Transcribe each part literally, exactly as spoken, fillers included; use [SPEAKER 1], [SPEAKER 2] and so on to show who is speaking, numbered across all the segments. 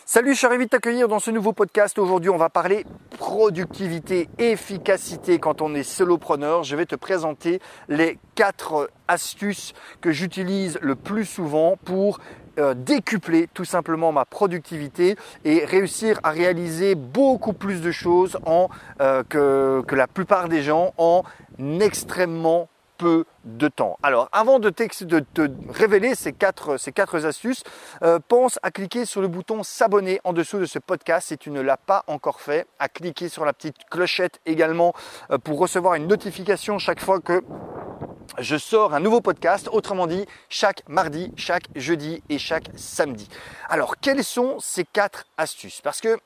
[SPEAKER 1] Salut, je suis ravi de t'accueillir dans ce nouveau podcast. Aujourd'hui, on va parler productivité, efficacité quand on est solopreneur. Je vais te présenter les quatre astuces que j'utilise le plus souvent pour euh, décupler tout simplement ma productivité et réussir à réaliser beaucoup plus de choses en, euh, que, que la plupart des gens en extrêmement peu de temps. Alors, avant de, de te révéler ces quatre, ces quatre astuces, euh, pense à cliquer sur le bouton s'abonner en dessous de ce podcast si tu ne l'as pas encore fait, à cliquer sur la petite clochette également euh, pour recevoir une notification chaque fois que je sors un nouveau podcast, autrement dit, chaque mardi, chaque jeudi et chaque samedi. Alors, quelles sont ces quatre astuces? Parce que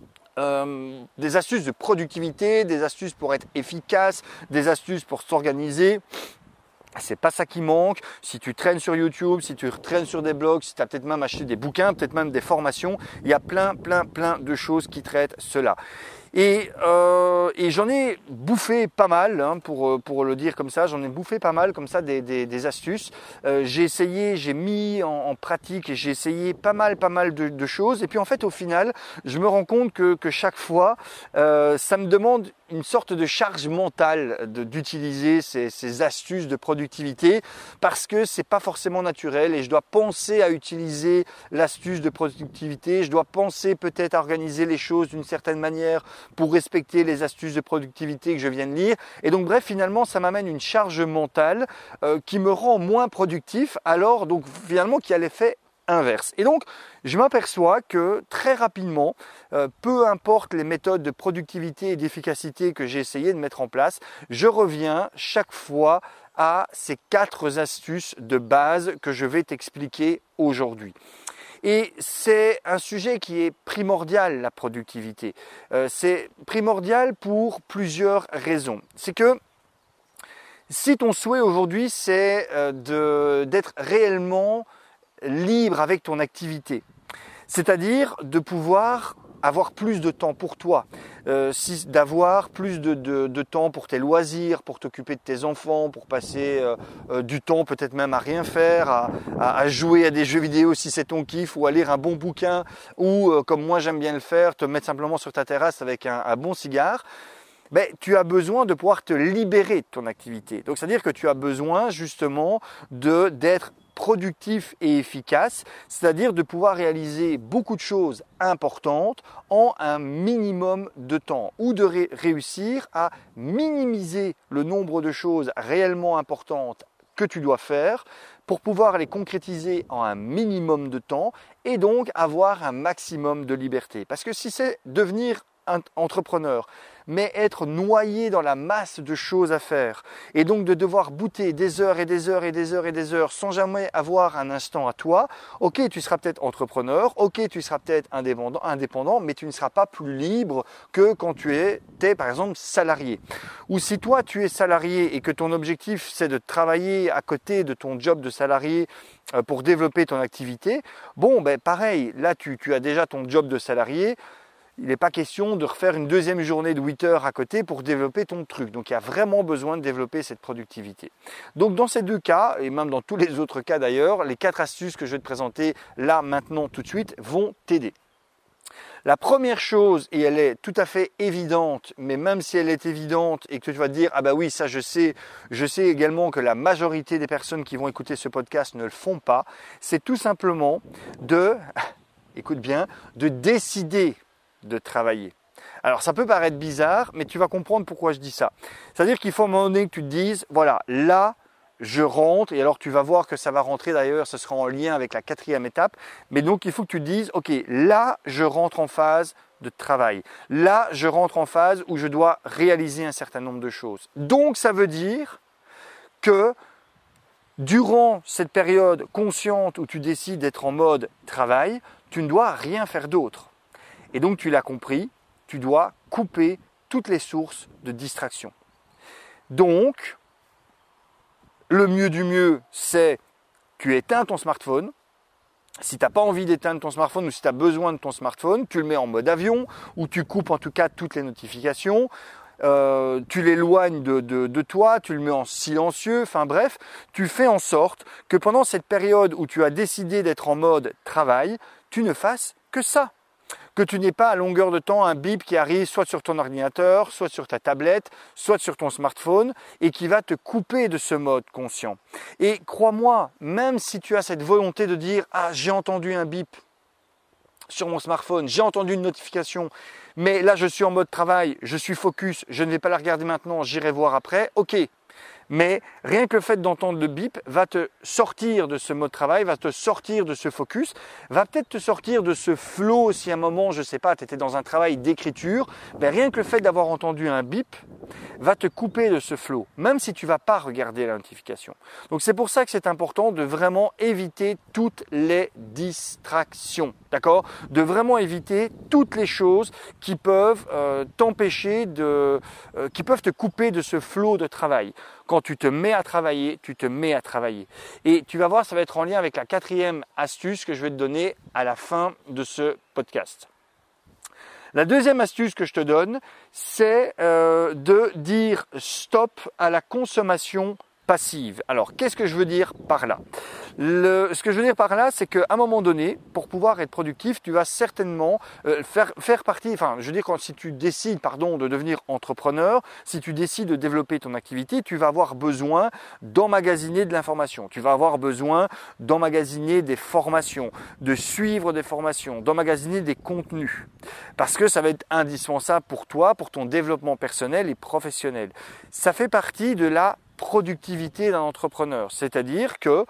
[SPEAKER 1] Euh, des astuces de productivité, des astuces pour être efficace, des astuces pour s'organiser. C'est pas ça qui manque. Si tu traînes sur YouTube, si tu traînes sur des blogs, si tu as peut-être même acheté des bouquins, peut-être même des formations, il y a plein, plein, plein de choses qui traitent cela. Et, euh, et j'en ai bouffé pas mal, hein, pour, pour le dire comme ça, j'en ai bouffé pas mal comme ça des, des, des astuces. Euh, j'ai essayé, j'ai mis en, en pratique et j'ai essayé pas mal, pas mal de, de choses. Et puis en fait, au final, je me rends compte que, que chaque fois, euh, ça me demande une sorte de charge mentale d'utiliser ces, ces astuces de productivité parce que c'est pas forcément naturel et je dois penser à utiliser l'astuce de productivité, je dois penser peut-être à organiser les choses d'une certaine manière pour respecter les astuces de productivité que je viens de lire. Et donc bref, finalement, ça m'amène une charge mentale euh, qui me rend moins productif, alors donc finalement qui a l'effet inverse. Et donc, je m'aperçois que très rapidement, euh, peu importe les méthodes de productivité et d'efficacité que j'ai essayé de mettre en place, je reviens chaque fois à ces quatre astuces de base que je vais t'expliquer aujourd'hui. Et c'est un sujet qui est primordial, la productivité. Euh, c'est primordial pour plusieurs raisons. C'est que si ton souhait aujourd'hui, c'est euh, d'être réellement libre avec ton activité, c'est-à-dire de pouvoir avoir plus de temps pour toi, euh, si, d'avoir plus de, de, de temps pour tes loisirs, pour t'occuper de tes enfants, pour passer euh, euh, du temps peut-être même à rien faire, à, à, à jouer à des jeux vidéo si c'est ton kiff, ou à lire un bon bouquin, ou euh, comme moi j'aime bien le faire, te mettre simplement sur ta terrasse avec un, un bon cigare. Ben, tu as besoin de pouvoir te libérer de ton activité. Donc, c'est-à-dire que tu as besoin justement de, d'être productif et efficace, c'est-à-dire de pouvoir réaliser beaucoup de choses importantes en un minimum de temps ou de ré- réussir à minimiser le nombre de choses réellement importantes que tu dois faire pour pouvoir les concrétiser en un minimum de temps et donc avoir un maximum de liberté. Parce que si c'est devenir un entrepreneur, mais être noyé dans la masse de choses à faire et donc de devoir bouter des heures et des heures et des heures et des heures sans jamais avoir un instant à toi, ok, tu seras peut-être entrepreneur, ok, tu seras peut-être indépendant, indépendant, mais tu ne seras pas plus libre que quand tu es, es par exemple salarié. Ou si toi tu es salarié et que ton objectif c'est de travailler à côté de ton job de salarié euh, pour développer ton activité, bon ben pareil, là tu, tu as déjà ton job de salarié. Il n'est pas question de refaire une deuxième journée de huit heures à côté pour développer ton truc. Donc, il y a vraiment besoin de développer cette productivité. Donc, dans ces deux cas, et même dans tous les autres cas d'ailleurs, les quatre astuces que je vais te présenter là, maintenant, tout de suite, vont t'aider. La première chose, et elle est tout à fait évidente, mais même si elle est évidente et que tu vas te dire « Ah bah oui, ça je sais », je sais également que la majorité des personnes qui vont écouter ce podcast ne le font pas, c'est tout simplement de, écoute bien, de décider de travailler. Alors ça peut paraître bizarre, mais tu vas comprendre pourquoi je dis ça. C'est-à-dire qu'il faut à un moment donné que tu te dises, voilà, là, je rentre, et alors tu vas voir que ça va rentrer d'ailleurs, ce sera en lien avec la quatrième étape, mais donc il faut que tu te dises, ok, là, je rentre en phase de travail. Là, je rentre en phase où je dois réaliser un certain nombre de choses. Donc ça veut dire que durant cette période consciente où tu décides d'être en mode travail, tu ne dois rien faire d'autre. Et donc, tu l'as compris, tu dois couper toutes les sources de distraction. Donc, le mieux du mieux, c'est tu éteins ton smartphone. Si tu n'as pas envie d'éteindre ton smartphone ou si tu as besoin de ton smartphone, tu le mets en mode avion ou tu coupes en tout cas toutes les notifications. Euh, tu l'éloignes de, de, de toi, tu le mets en silencieux, enfin bref, tu fais en sorte que pendant cette période où tu as décidé d'être en mode travail, tu ne fasses que ça. que tu n'aies pas à longueur de temps un bip qui arrive soit sur ton ordinateur, soit sur ta tablette, soit sur ton smartphone et qui va te couper de ce mode conscient. Et crois-moi, même si tu as cette volonté de dire « Ah, j'ai entendu un bip sur mon smartphone, j'ai entendu une notification, mais là je suis en mode travail, je suis focus, je ne vais pas la regarder maintenant, j'irai voir après. » Ok. Mais rien que le fait d'entendre le bip va te sortir de ce mode travail, va te sortir de ce focus, va peut-être te sortir de ce flow si à un moment, je ne sais pas, tu étais dans un travail d'écriture, ben rien que le fait d'avoir entendu un bip va te couper de ce flow, même si tu ne vas pas regarder la notification. Donc c'est pour ça que c'est important de vraiment éviter toutes les distractions, d'accord ? De vraiment éviter toutes les choses qui peuvent euh, t'empêcher de, euh, qui peuvent te couper de ce flow de travail. Quand tu te mets à travailler, tu te mets à travailler. Et tu vas voir, ça va être en lien avec la quatrième astuce que je vais te donner à la fin de ce podcast. La deuxième astuce que je te donne, c'est euh, de dire stop à la consommation passive. Alors, qu'est-ce que je veux dire par là ? Le, ce que je veux dire par là, c'est qu'à un moment donné, pour pouvoir être productif, tu vas certainement euh, faire, faire partie, enfin, je veux dire, quand, si tu décides, pardon, de devenir entrepreneur, si tu décides de développer ton activité, tu vas avoir besoin d'emmagasiner de l'information. Tu vas avoir besoin d'emmagasiner des formations, de suivre des formations, d'emmagasiner des contenus. Parce que ça va être indispensable pour toi, pour ton développement personnel et professionnel. Ça fait partie de la productivité d'un entrepreneur. C'est-à-dire que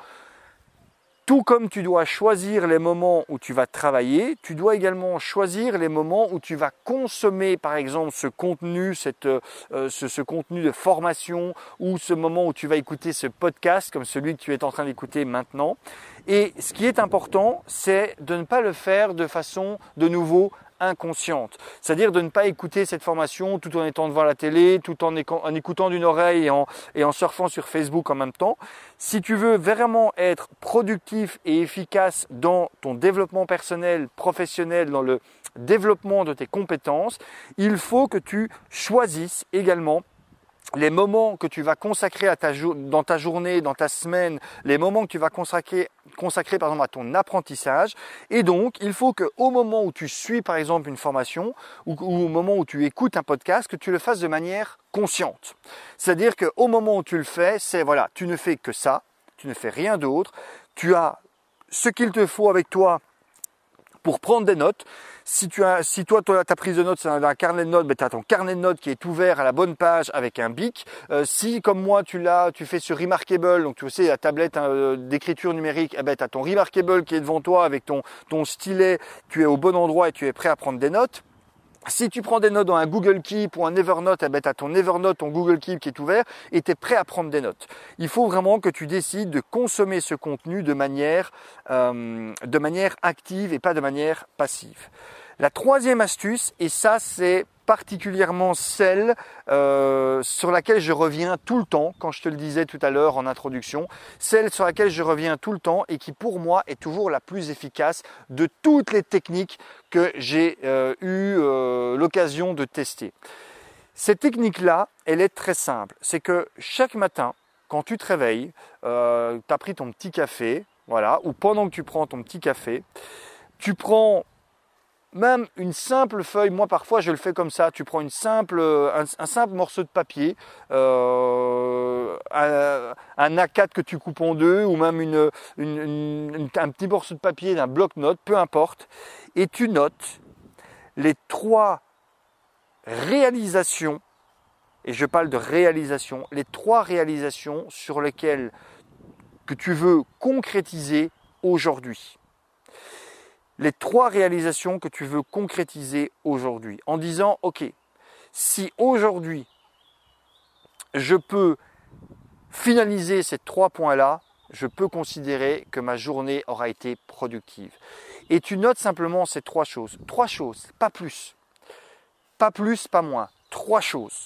[SPEAKER 1] tout comme tu dois choisir les moments où tu vas travailler, tu dois également choisir les moments où tu vas consommer, par exemple, ce contenu, cette, euh, ce, ce contenu de formation ou ce moment où tu vas écouter ce podcast comme celui que tu es en train d'écouter maintenant. Et ce qui est important, c'est de ne pas le faire de façon, de nouveau, inconsciente. C'est-à-dire de ne pas écouter cette formation tout en étant devant la télé, tout en, en écoutant d'une oreille et en, et en surfant sur Facebook en même temps. Si tu veux vraiment être productif et efficace dans ton développement personnel, professionnel, dans le développement de tes compétences, il faut que tu choisisses également les moments que tu vas consacrer à ta dans ta journée, dans ta semaine, les moments que tu vas consacrer, consacrer par exemple à ton apprentissage. Et donc, il faut qu'au moment où tu suis par exemple une formation ou, ou au moment où tu écoutes un podcast, que tu le fasses de manière consciente. C'est-à-dire qu'au moment où tu le fais, c'est voilà, tu ne fais que ça, tu ne fais rien d'autre, tu as ce qu'il te faut avec toi pour prendre des notes. Si, tu as, si toi, toi, ta prise de notes, c'est un, un carnet de notes, ben, tu as ton carnet de notes qui est ouvert à la bonne page avec un bic. Euh, si, comme moi, tu l'as, tu fais sur Remarkable, donc tu sais, la tablette hein, d'écriture numérique, eh ben, tu as ton Remarkable qui est devant toi avec ton, ton stylet, tu es au bon endroit et tu es prêt à prendre des notes. Si tu prends des notes dans un Google Keep ou un Evernote, eh ben, tu as ton Evernote, ton Google Keep qui est ouvert et tu es prêt à prendre des notes. Il faut vraiment que tu décides de consommer ce contenu de manière, euh, de manière active et pas de manière passive. La troisième astuce, et ça c'est particulièrement celle euh, sur laquelle je reviens tout le temps, quand je te le disais tout à l'heure en introduction, celle sur laquelle je reviens tout le temps et qui pour moi est toujours la plus efficace de toutes les techniques que j'ai euh, eu euh, l'occasion de tester. Cette technique-là, elle est très simple. C'est que chaque matin, quand tu te réveilles, euh, tu as pris ton petit café, voilà, ou pendant que tu prends ton petit café, tu prends même une simple feuille, moi parfois je le fais comme ça, tu prends une simple, un, un simple morceau de papier, euh, un, un A quatre que tu coupes en deux ou même une, une, une, un petit morceau de papier d'un bloc-notes, peu importe, et tu notes les trois réalisations, et je parle de réalisations, les trois réalisations sur lesquelles que tu veux concrétiser aujourd'hui. Les trois réalisations que tu veux concrétiser aujourd'hui en disant « Ok, si aujourd'hui je peux finaliser ces trois points-là, je peux considérer que ma journée aura été productive. » Et tu notes simplement ces trois choses. Trois choses, pas plus. Pas plus, pas moins. Trois choses.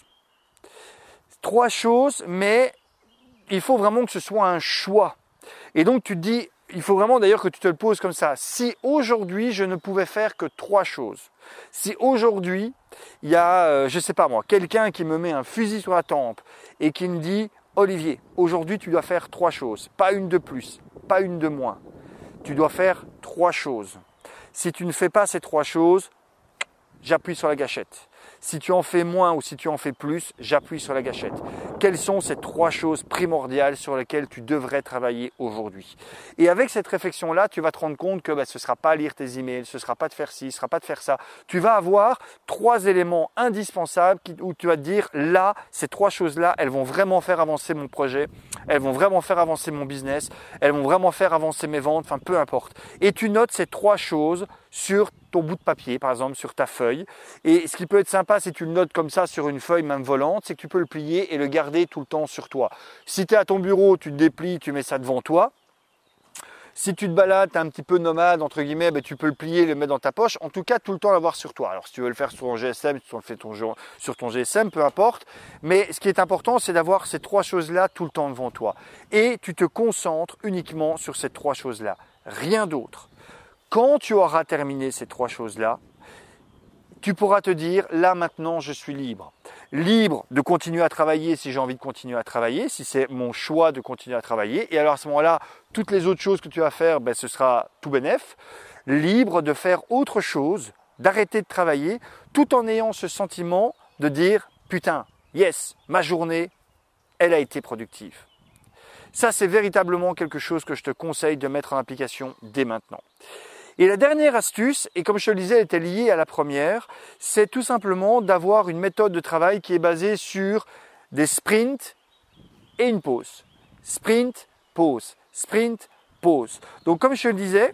[SPEAKER 1] Trois choses, mais il faut vraiment que ce soit un choix. Et donc tu te dis, il faut vraiment d'ailleurs que tu te le poses comme ça. Si aujourd'hui je ne pouvais faire que trois choses, si aujourd'hui il y a, euh, je ne sais pas moi, quelqu'un qui me met un fusil sur la tempe et qui me dit « Olivier, aujourd'hui tu dois faire trois choses, pas une de plus, pas une de moins. Tu dois faire trois choses. » Si tu ne fais pas ces trois choses, j'appuie sur la gâchette. Si tu en fais moins ou si tu en fais plus, j'appuie sur la gâchette. Quelles sont ces trois choses primordiales sur lesquelles tu devrais travailler aujourd'hui? Et avec cette réflexion-là, tu vas te rendre compte que bah, ce ne sera pas lire tes emails, ce ne sera pas de faire ci, ce ne sera pas de faire ça. Tu vas avoir trois éléments indispensables qui, où tu vas te dire, là, ces trois choses-là, elles vont vraiment faire avancer mon projet, elles vont vraiment faire avancer mon business, elles vont vraiment faire avancer mes ventes, enfin peu importe. Et tu notes ces trois choses sur ton bout de papier, par exemple sur ta feuille. Et ce qui peut être sympa, si tu le notes comme ça sur une feuille même volante, c'est que tu peux le plier et le garder tout le temps sur toi. Si tu es à ton bureau, tu te déplies, tu mets ça devant toi. Si tu te balades, tu es un petit peu nomade, entre guillemets, ben, tu peux le plier et le mettre dans ta poche. En tout cas, tout le temps l'avoir sur toi. Alors, si tu veux le faire sur ton G S M, si tu le fais ton, sur ton G S M, peu importe. Mais ce qui est important, c'est d'avoir ces trois choses-là tout le temps devant toi. Et tu te concentres uniquement sur ces trois choses-là. Rien d'autre. Quand tu auras terminé ces trois choses-là, tu pourras te dire, là maintenant je suis libre. Libre de continuer à travailler si j'ai envie de continuer à travailler, si c'est mon choix de continuer à travailler. Et alors à ce moment-là, toutes les autres choses que tu vas faire, ben, ce sera tout bénef. Libre de faire autre chose, d'arrêter de travailler, tout en ayant ce sentiment de dire, putain, yes, ma journée, elle a été productive. Ça, c'est véritablement quelque chose que je te conseille de mettre en application dès maintenant. Et la dernière astuce, et comme je te le disais, elle était liée à la première, c'est tout simplement d'avoir une méthode de travail qui est basée sur des sprints et une pause. Sprint, pause, sprint, pause. Donc comme je te le disais,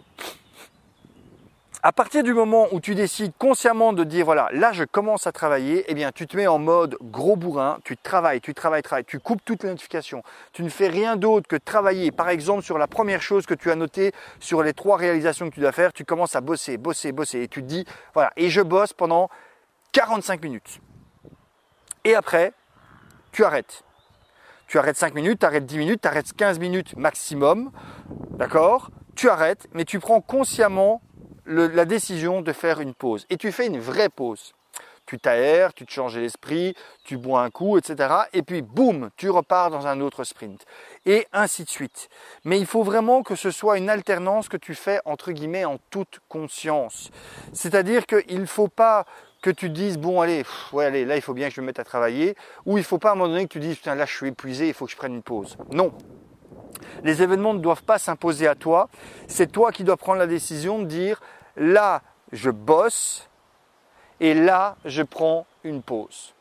[SPEAKER 1] à partir du moment où tu décides consciemment de dire voilà, là je commence à travailler, eh bien tu te mets en mode gros bourrin, tu travailles, tu travailles, travailles, tu coupes toutes les notifications, tu ne fais rien d'autre que travailler. Par exemple, sur la première chose que tu as notée sur les trois réalisations que tu dois faire, tu commences à bosser, bosser, bosser et tu te dis voilà, et je bosse pendant quarante-cinq minutes. Et après, tu arrêtes. Tu arrêtes cinq minutes, tu arrêtes dix minutes, tu arrêtes quinze minutes maximum, d'accord? Tu arrêtes, mais tu prends consciemment Le, la décision de faire une pause. Et tu fais une vraie pause. Tu t'aères, tu te changes l'esprit, tu bois un coup, et cetera. Et puis, boum, tu repars dans un autre sprint. Et ainsi de suite. Mais il faut vraiment que ce soit une alternance que tu fais, entre guillemets, en toute conscience. C'est-à-dire qu'il ne faut pas que tu te dises, bon, allez, pff, ouais, allez, là, il faut bien que je me mette à travailler. Ou il ne faut pas, à un moment donné, que tu dises, putain, là, je suis épuisé, il faut que je prenne une pause. Non. Les événements ne doivent pas s'imposer à toi. C'est toi qui dois prendre la décision de dire là, je bosse et là, je prends une pause.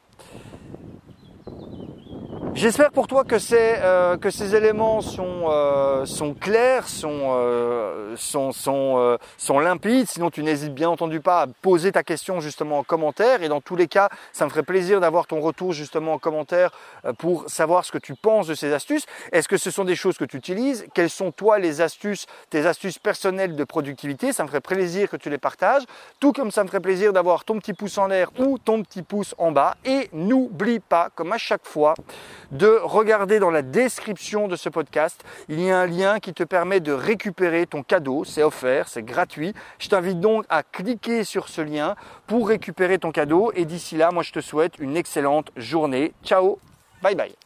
[SPEAKER 1] J'espère pour toi que, c'est, euh, que ces éléments sont, euh, sont clairs, sont, euh, sont, sont, euh, sont limpides. Sinon, tu n'hésites bien entendu pas à poser ta question justement en commentaire. Et dans tous les cas, ça me ferait plaisir d'avoir ton retour justement en commentaire pour savoir ce que tu penses de ces astuces. Est-ce que ce sont des choses que tu utilises? Quelles sont toi les astuces, tes astuces personnelles de productivité? Ça me ferait plaisir que tu les partages. Tout comme ça me ferait plaisir d'avoir ton petit pouce en l'air ou ton petit pouce en bas. Et n'oublie pas, comme à chaque fois, de regarder dans la description de ce podcast. Il y a un lien qui te permet de récupérer ton cadeau. C'est offert, c'est gratuit. Je t'invite donc à cliquer sur ce lien pour récupérer ton cadeau. Et d'ici là, moi je te souhaite une excellente journée. Ciao, bye bye.